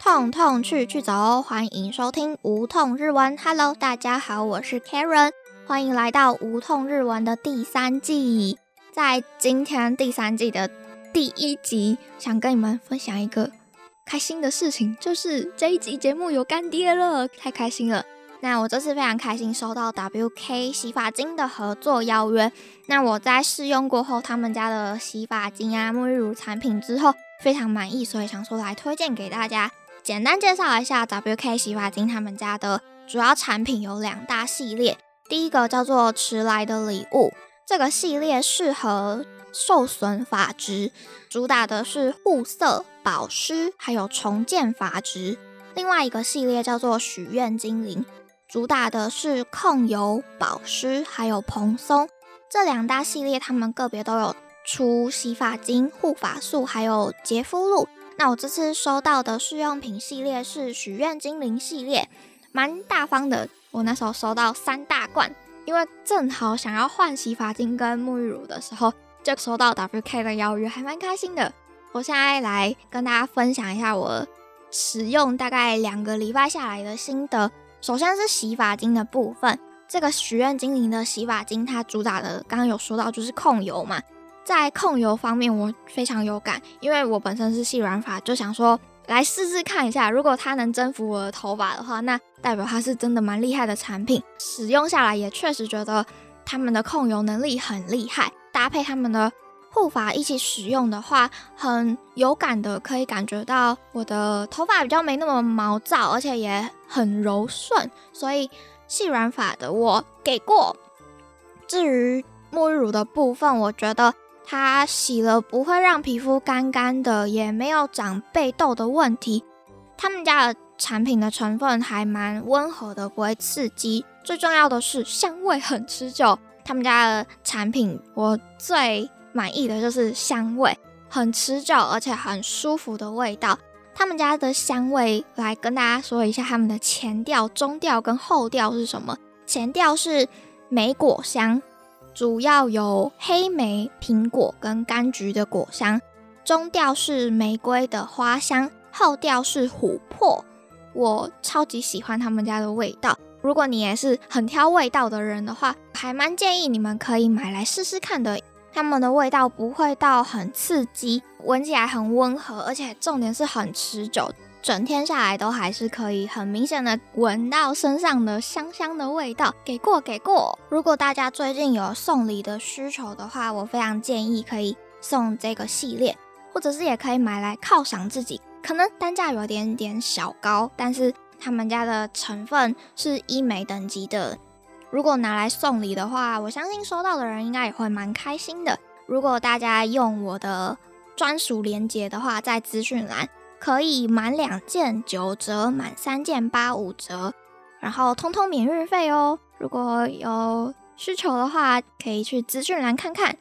痛痛去走哦！欢迎收听无痛日文。Hello， 大家好，我是 Karen， 欢迎来到无痛日文的第3季。在今天第3季的第1集，想跟你们分享一个开心的事情，就是这一集节目有干爹了，太开心了。那我这次非常开心收到 WK 洗发精的合作邀约。那我在试用过后，他们家的洗发精啊、沐浴乳产品之后非常满意，所以想说来推荐给大家。简单介绍一下 WK 洗发精，他们家的主要产品有2大系列。第一个叫做迟来的礼物，这个系列适合受损发质，主打的是护色、保湿还有重建发质。另外一个系列叫做许愿精灵，主打的是控油、保湿还有蓬松。这2大系列他们个别都有出洗发精、护发素还有洁肤露。那我这次收到的试用品系列是许愿精灵系列，蛮大方的。我那时候收到3大罐，因为正好想要换洗发精跟沐浴乳的时候，就收到 WK 的邀约，还蛮开心的。我现在来跟大家分享一下我使用大概2个礼拜下来的心得。首先是洗发精的部分，这个许愿精灵的洗发精它主打的刚刚有说到就是控油嘛。在控油方面我非常有感，因为我本身是细软发，就想说来试试看一下，如果它能征服我的头发的话，那代表它是真的蛮厉害的产品。使用下来也确实觉得他们的控油能力很厉害，搭配他们的护发一起使用的话，很有感的可以感觉到我的头发比较没那么毛躁，而且也很柔顺，所以细软发的我给过。至于沐浴乳的部分，我觉得它洗了不会让皮肤干干的，也没有长背痘的问题。他们家的产品的成分还蛮温和的，不会刺激。最重要的是香味很持久。他们家的产品我最满意的就是香味，很持久而且很舒服的味道。他们家的香味来跟大家说一下他们的前调、中调跟后调是什么。前调是莓果香，主要有黑莓、苹果跟柑橘的果香。中调是玫瑰的花香，后调是琥珀。我超级喜欢他们家的味道，如果你也是很挑味道的人的话，还蛮建议你们可以买来试试看的。他们的味道不会到很刺激，闻起来很温和，而且重点是很持久，整天下来都还是可以很明显的闻到身上的香香的味道。给过。如果大家最近有送礼的需求的话，我非常建议可以送这个系列，或者是也可以买来犒赏自己。可能单价有点小高，但是他们家的成分是医美等级的，如果拿来送礼的话，我相信收到的人应该也会蛮开心的。如果大家用我的专属连结的话，在资讯栏可以满2件9折，满3件85折，然后通通免运费哦。如果有需求的话，可以去资讯栏看看。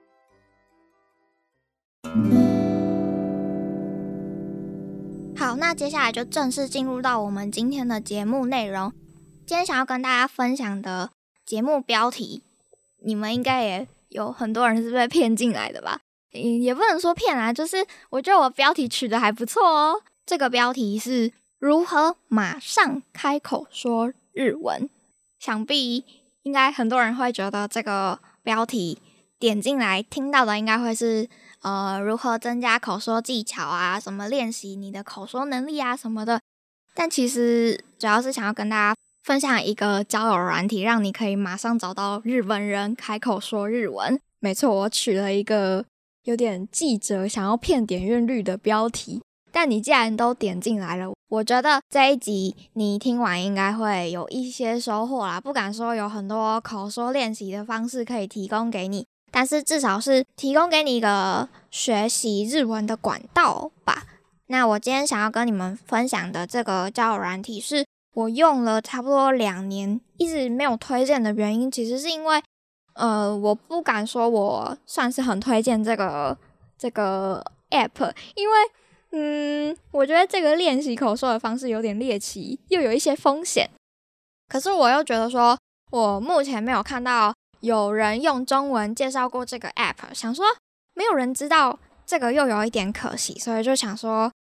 好，那接下来就正式进入到我们今天的节目内容。今天想要跟大家分享的节目标题，你们应该也有很多人是被骗进来的吧？也不能说骗啊，就是我觉得我标题取得还不错哦。这个标题是如何马上开口说日文。想必应该很多人会觉得这个标题点进来听到的应该会是如何增加口说技巧啊，什么练习你的口说能力啊什么的。但其实主要是想要跟大家分享一个交友软体，让你可以马上找到日本人开口说日文。没错，我取了一个有点记者想要骗点阅率的标题，但你既然都点进来了，我觉得这一集你听完应该会有一些收获啦。不敢说有很多口说练习的方式可以提供给你，但是至少是提供给你一个学习日文的管道吧。那我今天想要跟你们分享的这个交友软体是我用了差不多2年一直没有推荐的原因，其实是因为我不敢说我算是很推荐这个 app， 因为我觉得这个练习口说的方式有点猎奇，又有一些风险。可是我又觉得说我目前没有看到有人用中文介绍过这个 app， 想说没有人知道这个又有一点可惜，所以就想说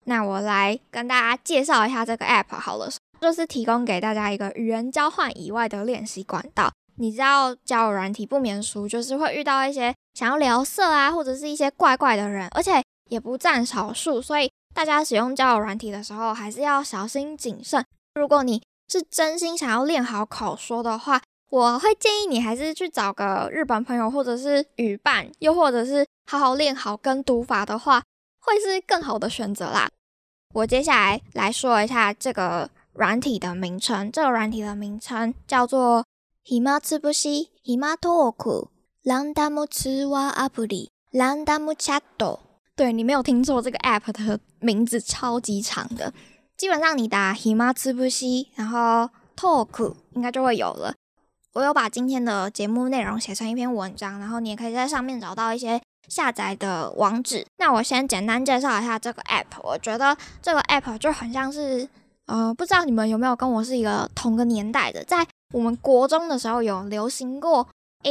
那我来跟大家介绍一下这个 app 好了，就是提供给大家一个语言交换以外的练习管道。你知道交友软体不免俗，就是会遇到一些想要聊色啊，或者是一些怪怪的人，而且也不占少数，所以大家使用交友软体的时候还是要小心谨慎。如果你是真心想要练好口说的话，我会建议你还是去找个日本朋友或者是语伴，又或者是好好练好跟读法的话，会是更好的選擇啦。我接下來說一下這個軟體的名稱，這個軟體的名稱叫做暇つぶし、暇トーク、ランダム通話アプリ、ランダムチャット。對，你沒有聽錯，這個 app 的名字超級長的。基本上你打暇つぶし，然後トーク應該就會有了。我有把今天的節目內容寫成一篇文章，然後你也可以在上面找到一些下載的網址。那我先簡單介紹一下這個 app。我覺得這個 app 就很像是不知道你們有沒有跟我是一個同個年代的，在我們國中的時候有流行過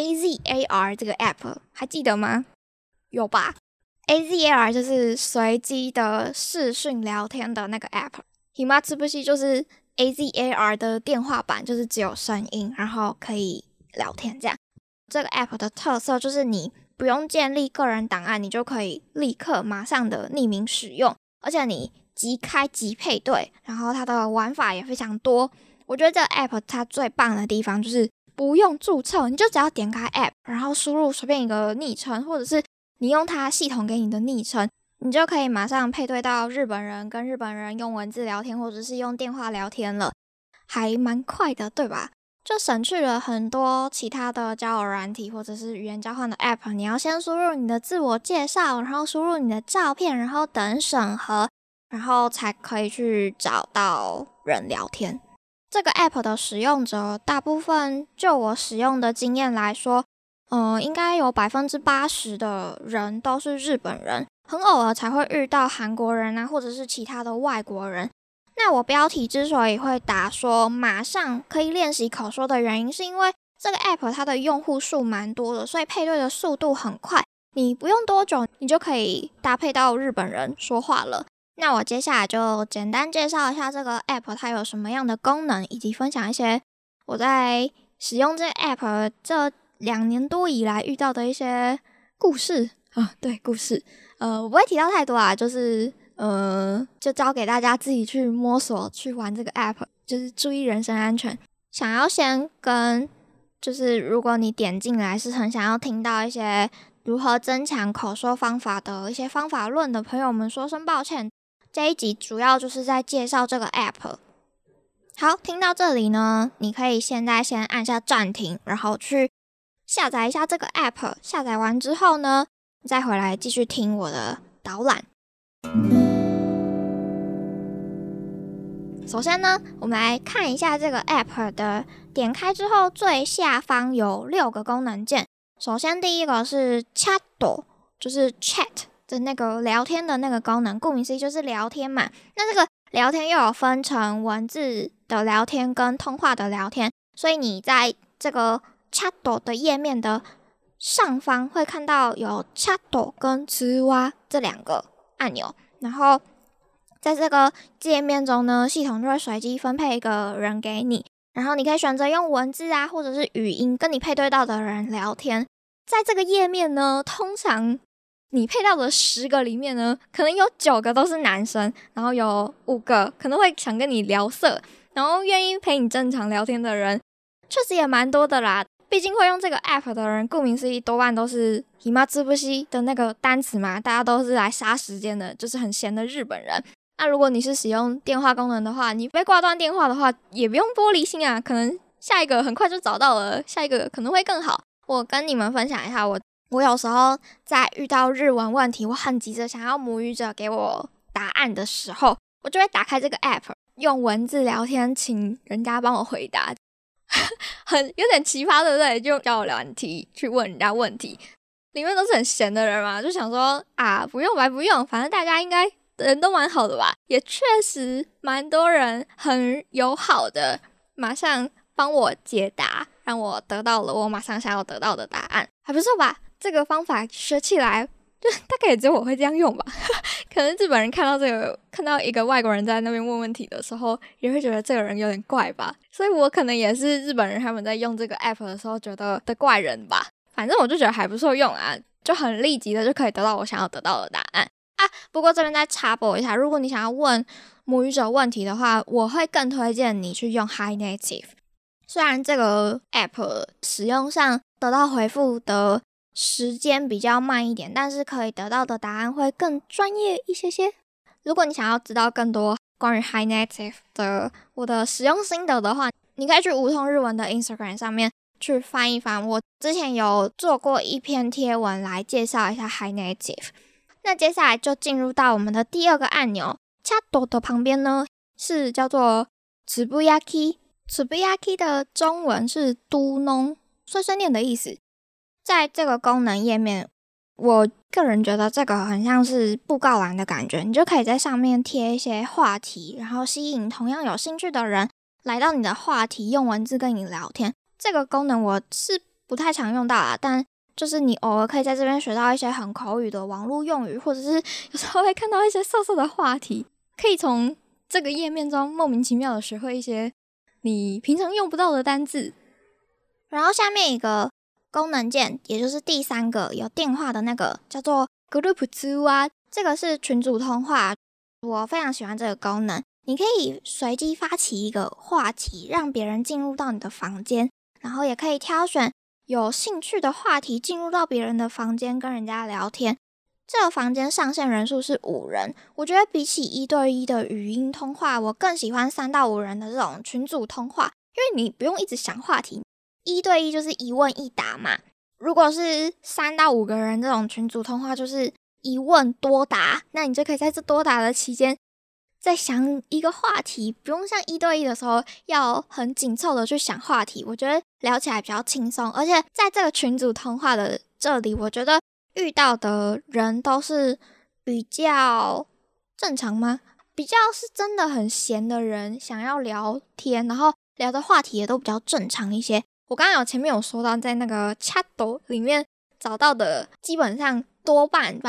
AZAR 這個 app， 還記得嗎？有吧？ AZAR 就是隨機的視訊聊天的那個 app， 暇つぶし就是 AZAR 的電話版，就是只有聲音，然後可以聊天這樣。這個 app 的特色就是你不用建立個人檔案，你就可以立刻馬上的匿名使用，而且你即開即配對，然後它的玩法也非常多。我覺得這個 app 它最棒的地方就是不用註冊，你就只要點開 app， 然後輸入隨便一個昵稱，或者是你用它系統給你的昵稱，你就可以馬上配對到日本人，跟日本人用文字聊天，或者是用電話聊天了，還蠻快的，對吧？就省去了很多其他的交友軟體或者是語言交換的 app， 你要先輸入你的自我介紹，然後輸入你的照片，然後等審核，然後才可以去找到人聊天。這個 app 的使用者大部分就我使用的經驗來說，應該有80%的人都是日本人，很偶爾才會遇到韓國人啊，或者是其他的外國人。那我標題之所以會打說馬上可以練習口說的原因，是因為這個 app 它的用戶數蠻多的，所以配對的速度很快，你不用多久你就可以搭配到日本人說話了。那我接下來就簡單介紹一下這個 app 它有什麼樣的功能，以及分享一些我在使用這個 app 這2年多以來遇到的一些故事啊，對，故事，我不會提到太多啊，就是就交給大家自己去摸索去玩這個 app， 就是注意人身安全。想要先跟就是如果你點進來是很想要聽到一些如何增強口說方法的一些方法論的朋友們說聲抱歉，這一集主要就是在介紹這個 app。 好，聽到這裡呢，你可以現在先按下暫停，然後去下載一下這個 app， 下載完之後呢，再回來繼續聽我的導覽。首先呢，我們來看一下這個 app 的點開之後最下方有6個功能鍵。首先第一個是 chat， 就是 chat 的那個聊天的那個功能，顧名思義就是聊天嘛。那這個聊天又有分成文字的聊天跟通話的聊天，所以你在這個 chat 的頁面的上方會看到有 chat 跟通話這2個按鈕，然後在這個界面中呢，系統就會隨機分配一個人給你，然後你可以選擇用文字啊，或者是語音跟你配對到的人聊天。在這個頁面呢，通常你配到的10個裡面呢，可能有9個都是男生，然後有5個可能會想跟你聊色，然後願意陪你正常聊天的人，確實也蠻多的啦。畢竟會用這個 app 的人，顧名思義多半都是暇つぶし的那個單詞嘛，大家都是來殺時間的，就是很閒的日本人。那如果你是使用電話功能的話，你被掛斷電話的話，也不用玻璃心啊，可能下一個很快就找到了，下一個可能會更好。我跟你們分享一下，我有時候在遇到日文問題，我很急着想要母語者給我答案的時候，我就會打開這個 app， 用文字聊天，請人家幫我回答。有點奇葩，對不對？就交友軟體去問人家問題，裡面都是很閒的人嘛，就想說啊，不用白不用，反正大家應該人都蠻好的吧。也確實蠻多人很友好的，馬上幫我解答，讓我得到了我馬上想要得到的答案，還不錯吧？這個方法學起來就大概也只有我会这样用吧。可能日本人看到一个外国人在那边问问题的时候，也会觉得这个人有点怪吧。所以我可能也是日本人他们在用这个 app 的时候觉得的怪人吧。反正我就觉得还不错用啊，就很立即的就可以得到我想要得到的答案啊。不过这边再插播一下，如果你想要问母语者问题的话，我会更推荐你去用 Hi Native。虽然这个 app 使用上得到回复的时间比较慢一点，但是可以得到的答案会更专业一些些。如果你想要知道更多关于 Hi Native 的我的使用心得的话，你可以去无痛日文的 Instagram 上面去翻一翻，我之前有做过一篇贴文来介绍一下 Hi Native。那接下来就进入到我们的第二个按钮 Chat 的旁边呢，是叫做 Tsubuyaki。Tsubuyaki 的中文是嘟哝碎碎念的意思。在这个功能页面，我个人觉得这个很像是布告栏的感觉，你就可以在上面贴一些话题，然后吸引同样有兴趣的人来到你的话题，用文字跟你聊天。这个功能我是不太常用到啦，但就是你偶尔可以在这边学到一些很口语的网络用语，或者是有时候会看到一些色色的话题，可以从这个页面中莫名其妙的学会一些你平常用不到的单字。然后下面一个功能键，也就是第三个有电话的那个，叫做 Group 通話，这个是群组通话。我非常喜欢这个功能，你可以随机发起一个话题，让别人进入到你的房间，然后也可以挑选有兴趣的话题进入到别人的房间跟人家聊天。这个房间上限人数是5人，我觉得比起1对1的语音通话，我更喜欢3到5人的这种群组通话，因为你不用一直想话题，1对1就是一问一答嘛。如果是3到5个人这种群组通话，就是一问多答，那你就可以在这多答的期间再想一个话题，不用像1对1的时候要很紧凑的去想话题，我觉得聊起来比较轻松。而且在这个群组通话的这里，我觉得遇到的人都是比较正常吗？比较是真的很闲的人想要聊天，然后聊的话题也都比较正常一些。我刚刚前面有说到，在那个 chat 里面找到的基本上多半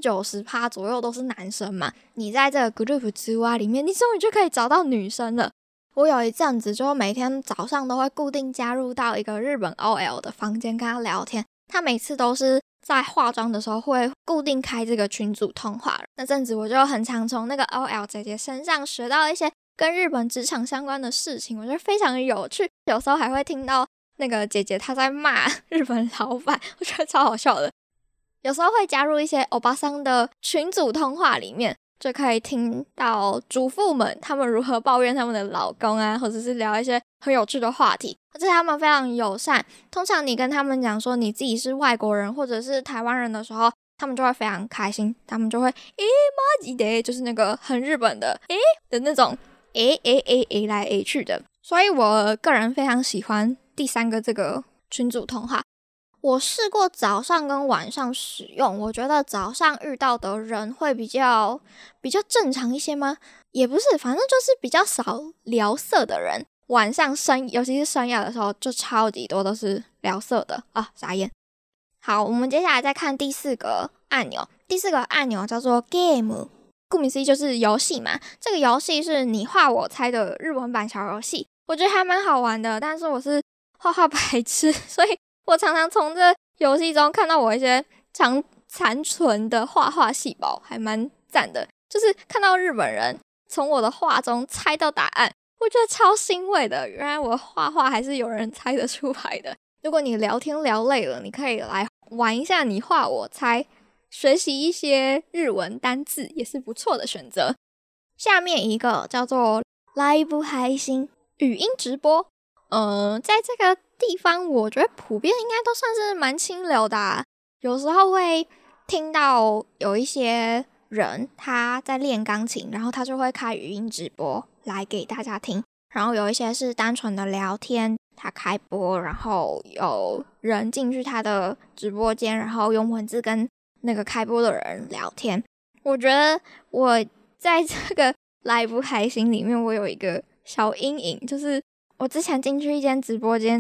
90%左右都是男生嘛。你在这个 group 之外里面，你终于就可以找到女生了。我有一阵子就每天早上都会固定加入到一个日本 OL 的房间跟他聊天，他每次都是在化妆的时候会固定开这个群组通话。那阵子我就很常从那个 OL 姐姐身上学到一些跟日本职场相关的事情，我觉得非常的有趣。有时候还会听到那个姐姐她在骂日本老板，我觉得超好笑的。有时候会加入一些欧巴桑的群组通话里面，就可以听到主妇们他们如何抱怨他们的老公啊，或者是聊一些很有趣的话题，而且他们非常友善。通常你跟他们讲说你自己是外国人或者是台湾人的时候，他们就会非常开心，他们就会マジで，就是那个很日本的的那种来去的。所以我个人非常喜欢第三个这个群组通话。我试过早上跟晚上使用，我觉得早上遇到的人会比较正常一些吗？也不是，反正就是比较少聊色的人。晚上尤其是深夜的时候，就超级多都是聊色的啊，傻眼。好，我们接下来再看第四个按钮。第四个按钮叫做 Game， 顾名思义就是游戏嘛。这个游戏是你画我猜的日文版小游戏，我觉得还蛮好玩的，但是我是画画白痴，所以我常常从这游戏中看到我一些残存的画画细胞，还蛮赞的。就是看到日本人从我的画中猜到答案，我觉得超欣慰的。原来我画画还是有人猜得出来的。如果你聊天聊累了，你可以来玩一下你画我猜，学习一些日文单字也是不错的选择。下面一个叫做 Live 配信语音直播，在这个地方我觉得普遍应该都算是蛮清流的啊。有时候会听到有一些人他在练钢琴，然后他就会开语音直播来给大家听，然后有一些是单纯的聊天，他开播，然后有人进去他的直播间，然后用文字跟那个开播的人聊天。我觉得我在这个 live 配信里面，我有一个小阴影，就是我之前进去一间直播间，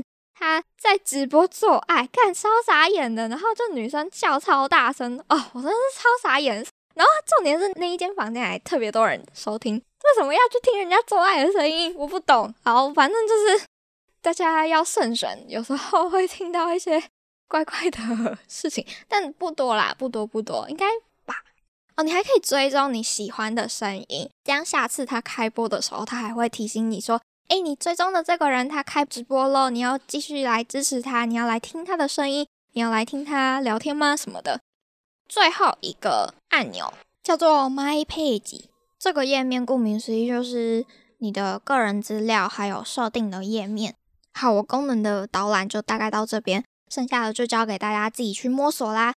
他在直播做爱，干超傻眼的，然后就女生叫超大声哦，我真的是超傻眼。然后重点是那一间房间还特别多人收听，为什么要去听人家做爱的声音？我不懂。好，反正就是大家要慎选，有时候会听到一些怪怪的事情，但不多啦，不多，应该吧。哦，你还可以追踪你喜欢的声音，这样下次他开播的时候，他还会提醒你说，你追踪的这个人他开直播咯，你要继续来支持他，你要来听他的声音，你要来听他聊天吗？什么的。最后一个按钮叫做 My Page， 这个页面顾名思义就是你的个人资料还有设定的页面。好，我功能的导览就大概到这边，剩下的就交给大家自己去摸索啦。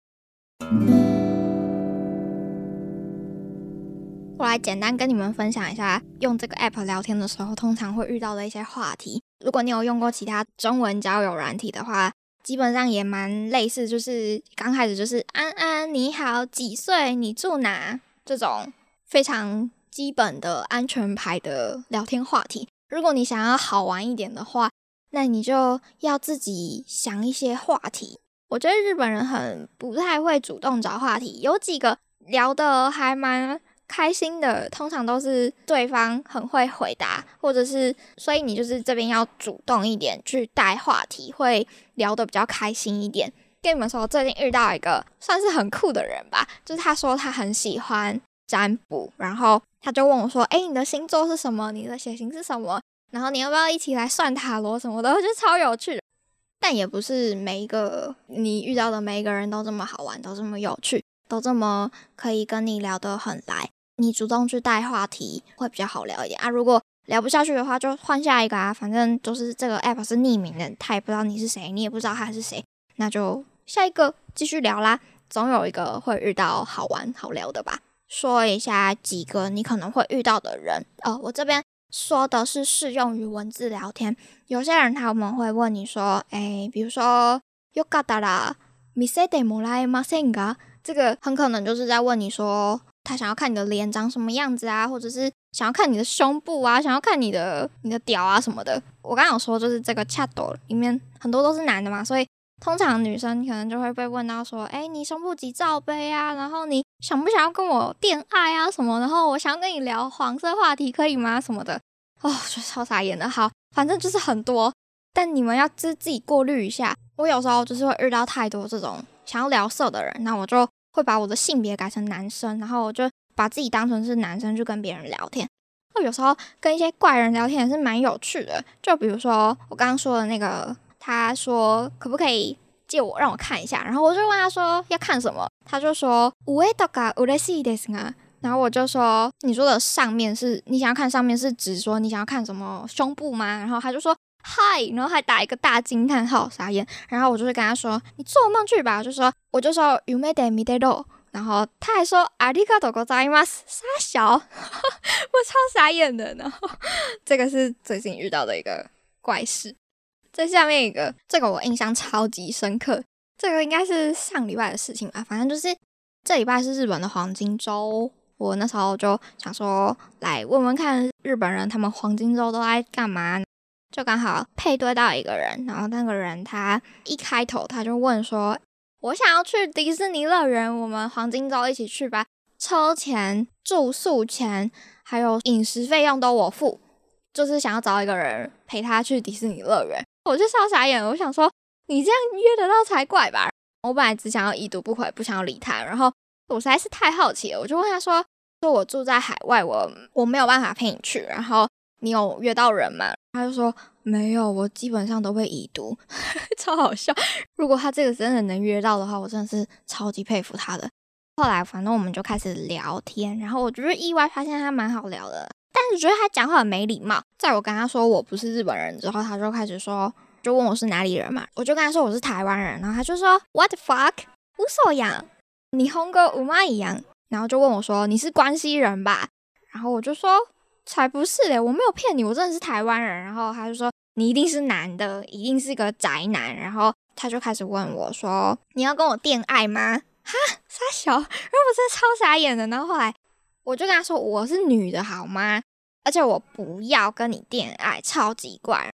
我来简单跟你们分享一下用这个 app 聊天的时候通常会遇到的一些话题。如果你有用过其他中文交友软体的话，基本上也蛮类似，就是刚开始就是安安你好，几岁，你住哪，这种非常基本的安全牌的聊天话题。如果你想要好玩一点的话，那你就要自己想一些话题。我觉得日本人很不太会主动找话题，有几个聊得还蛮开心的，通常都是对方很会回答，或者是所以你就是这边要主动一点去带话题，会聊得比较开心一点。跟你们说，最近遇到一个算是很酷的人吧，就是他说他很喜欢占卜，然后他就问我说你的星座是什么，你的血型是什么，然后你要不要一起来算塔罗什么的，我觉得超有趣的。但也不是每一个你遇到的每一个人都这么好玩，都这么有趣，都这么可以跟你聊得很来。你主动去带话题会比较好聊一点啊。如果聊不下去的话，就换下一个啊。反正就是这个 app 是匿名的，他也不知道你是谁，你也不知道他是谁，那就下一个继续聊啦。总有一个会遇到好玩好聊的吧。说一下几个你可能会遇到的人我这边说的是适用于文字聊天。有些人他们会问你说比如说よかったら見せてもらえませんか，这个很可能就是在问你说他想要看你的脸长什么样子啊，或者是想要看你的胸部啊，想要看你的屌啊什么的。我刚刚有说就是这个 chat 里面很多都是男的嘛，所以通常女生可能就会被问到说你胸部几罩杯啊，然后你想不想要跟我恋爱啊什么，然后我想要跟你聊黄色话题可以吗什么的。就超傻眼的。好，反正就是很多，但你们要自己过滤一下。我有时候就是会遇到太多这种想要聊色的人，那我就会把我的性别改成男生，然后我就把自己当成是男生去跟别人聊天。有时候跟一些怪人聊天也是蛮有趣的，就比如说我刚刚说的那个，他说可不可以借我让我看一下，然后我就问他说要看什么，他就说上とか嬉しいですが，然后我就说你说的上面是你想要看上面是指说你想要看什么胸部吗？然后他就说嗨，然后还打一个大惊叹号，傻眼。然后我就会跟他说你做梦去吧，我就说夢で見てろ，然后他还说ありがとうございます，傻小我超傻眼的。然后这个是最近遇到的一个怪事。再下面一个，这个我印象超级深刻，这个应该是上礼拜的事情吧，反正就是这礼拜是日本的黄金周，我那时候就想说来问问看日本人他们黄金周都在干嘛，就刚好配对到一个人，然后那个人他一开头他就问说我想要去迪士尼乐园，我们黄金周一起去吧，车钱、住宿钱还有饮食费用都我付，就是想要找一个人陪他去迪士尼乐园。我就超傻眼，我想说你这样约得到才怪吧。我本来只想要已读不回，不想要理他，然后我实在是太好奇了，我就问他说我住在海外，我没有办法陪你去，然后你有约到人吗？他就说没有，我基本上都会已读超好笑。如果他这个真的能约到的话，我真的是超级佩服他的。后来反正我们就开始聊天，然后我觉得意外发现他蛮好聊的，但是觉得他讲话很没礼貌。在我跟他说我不是日本人之后，他就开始说，就问我是哪里人嘛，我就跟他说我是台湾人，然后他就说 What the fuck， 嘘やん，日本語うまいやん，然后就问我说你是关西人吧，然后我就说才不是嘞，我没有骗你，我真的是台湾人。然后他就说你一定是男的，一定是个宅男，然后他就开始问我说你要跟我恋爱吗？哈，傻小，然后我真的超傻眼的。然后后来我就跟他说我是女的好吗，而且我不要跟你恋爱，超级怪。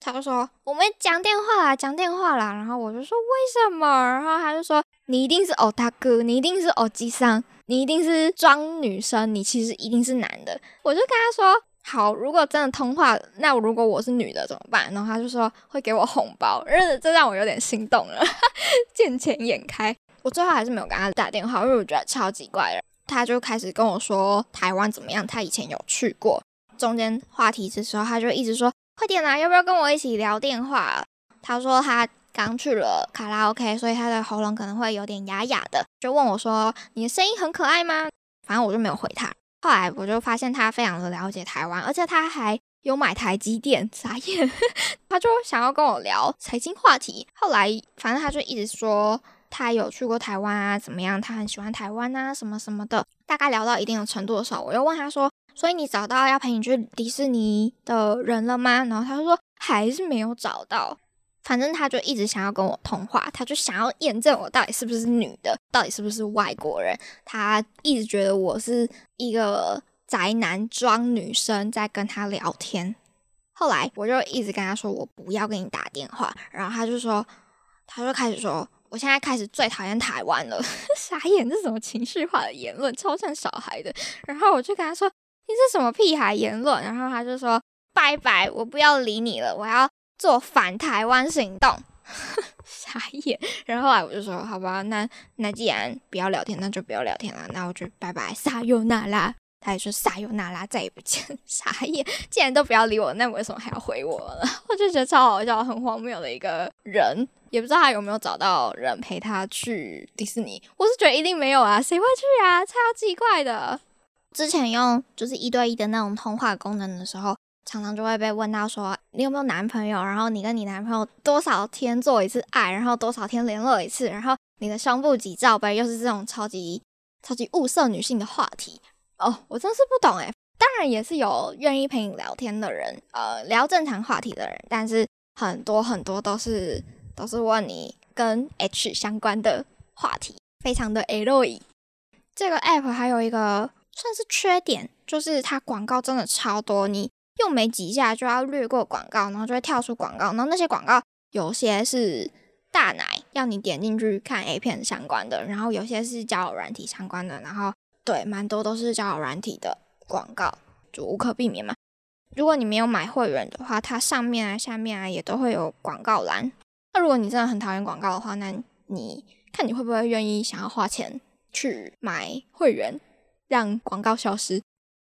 他就说我们讲电话啦，然后我就说为什么？然后他就说你一定是otaku，你一定是oji-san，你一定是装女生，你其实一定是男的。我就跟他说好，如果真的通话，那如果我是女的怎么办？然后他就说会给我红包，这让我有点心动了，见钱眼开。我最后还是没有跟他打电话，因为我觉得超级怪的。他就开始跟我说台湾怎么样，他以前有去过。中间话题的时候，他就一直说快点啦，要不要跟我一起聊电话？他说他刚去了卡拉 OK， 所以他的喉咙可能会有点哑哑的，就问我说你的声音很可爱吗？反正我就没有回他。后来我就发现他非常的了解台湾，而且他还有买台积电，傻眼。他就想要跟我聊财经话题。后来反正他就一直说他有去过台湾啊，怎么样，他很喜欢台湾啊，什么什么的。大概聊到一定的程度的时候，我又问他说所以你找到要陪你去迪士尼的人了吗？然后他就说还是没有找到。反正他就一直想要跟我通话，他就想要验证我到底是不是女的，到底是不是外国人。他一直觉得我是一个宅男装女生在跟他聊天。后来我就一直跟他说我不要跟你打电话，然后他就开始说我现在开始最讨厌台湾了。傻眼，这是什么情绪化的言论，超像小孩的。然后我就跟他说你是什么屁孩言论？然后他就说拜拜，我不要理你了，我要做反台湾行动。傻眼。然后后来我就说好吧，那既然不要聊天，那就不要聊天了，那我就拜拜，撒尤那拉。他也说撒尤那拉，再也不见。傻眼，既然都不要理我，那为什么还要回我了？我就觉得超好笑，很荒谬的一个人。也不知道他有没有找到人陪他去迪士尼，我是觉得一定没有啊，谁会去啊，超奇怪的。之前用就是1对1的那种通话功能的时候，常常就会被问到说你有没有男朋友，然后你跟你男朋友多少天做一次爱，然后多少天联络一次，然后你的胸部几罩杯，又是这种超级物色女性的话题。我真是不懂耶。当然也是有愿意陪你聊天的人，聊正常话题的人，但是很多都是问你跟 H 相关的话题，非常的 L。 这个 app 还有一个算是缺点，就是它广告真的超多，你用没几下就要略过广告，然后就会跳出广告，然后那些广告有些是大奶要你点进去看 A 片相关的，然后有些是交友软体相关的，然后对，蛮多都是交友软体的广告，就无可避免嘛。如果你没有买会员的话，它上面啊下面啊也都会有广告栏。那如果你真的很讨厌广告的话，那你看你会不会愿意想要花钱去买会员，让广告消失。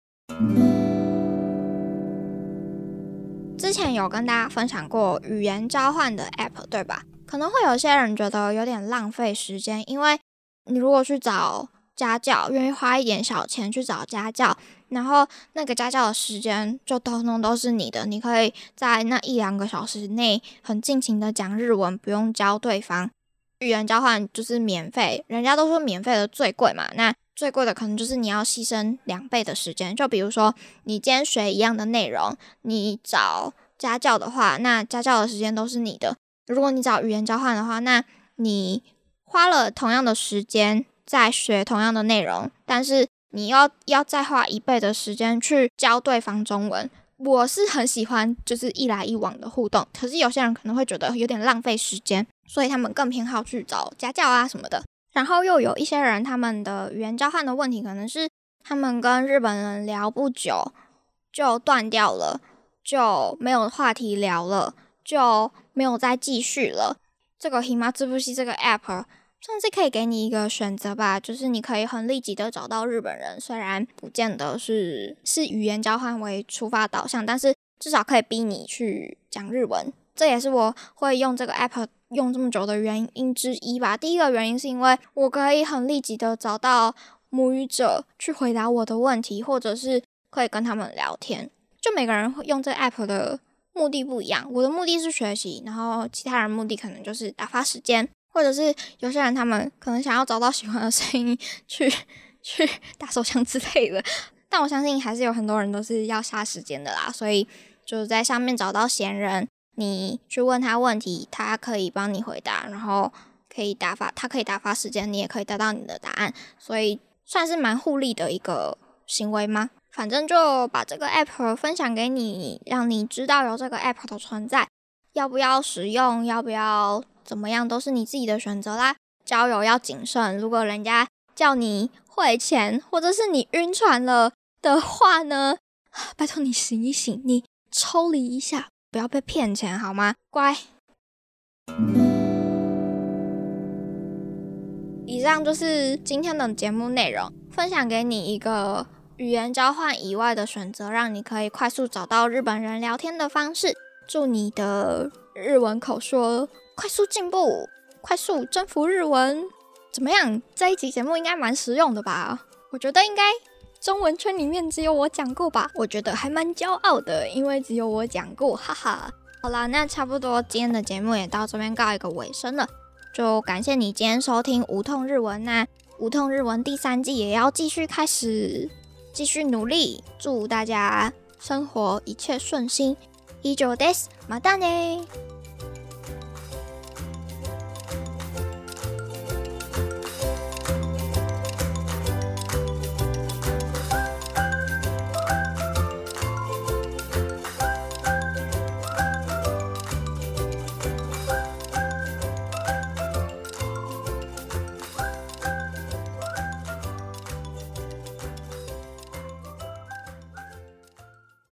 之前有跟大家分享过语言交换的 app 对吧？可能会有些人觉得有点浪费时间，因为你如果去找家教，愿意花一点小钱去找家教，然后那个家教的时间就通通都是你的，你可以在那1-2个小时内很尽情的讲日文，不用教对方。语言交换就是免费，人家都说免费的最贵嘛，那最贵的可能就是你要牺牲2倍的时间。就比如说你今天学一样的内容，你找家教的话，那家教的时间都是你的。如果你找语言交换的话，那你花了同样的时间在学同样的内容，但是你要再花1倍的时间去教对方中文。我是很喜欢就是一来一往的互动，可是有些人可能会觉得有点浪费时间，所以他们更偏好去找家教啊什么的。然后又有一些人，他们的语言交换的问题可能是他们跟日本人聊不久就断掉了，就没有话题聊了，就没有再继续了。这个 Himatsubushi 这个 app算是可以给你一个选择吧，就是你可以很立即的找到日本人，虽然不见得是语言交换为出发导向，但是至少可以逼你去讲日文。这也是我会用这个 app 用这么久的原因之一吧。第一个原因是因为我可以很立即的找到母语者去回答我的问题，或者是可以跟他们聊天。就每个人用这个 app 的目的不一样，我的目的是学习，然后其他人目的可能就是打发时间，或者是有些人他们可能想要找到喜欢的声音去打手枪之类的。但我相信还是有很多人都是要杀时间的啦，所以就是在上面找到闲人，你去问他问题，他可以帮你回答，然后他可以打发时间，你也可以得到你的答案，所以算是蛮互利的一个行为吗？反正就把这个 app 分享给你，让你知道有这个 app 的存在。 要不要使用，要不要怎么样，都是你自己的选择啦。交友要谨慎，如果人家叫你汇钱，或者是你晕船了的话呢，拜托你醒一醒，你抽离一下，不要被骗钱好吗？乖。以上就是今天的节目内容，分享给你一个语言交换以外的选择，让你可以快速找到日本人聊天的方式。祝你的日文口说快速进步，快速征服日文。怎么样？这一集节目应该蛮实用的吧？我觉得应该中文圈里面只有我讲过吧？我觉得还蛮骄傲的，因为只有我讲过，哈哈。好啦，那差不多今天的节目也到这边告一个尾声了，就感谢你今天收听无痛日文。那无痛日文第3季也要继续开始，继续努力，祝大家生活一切顺心。以上です。またね。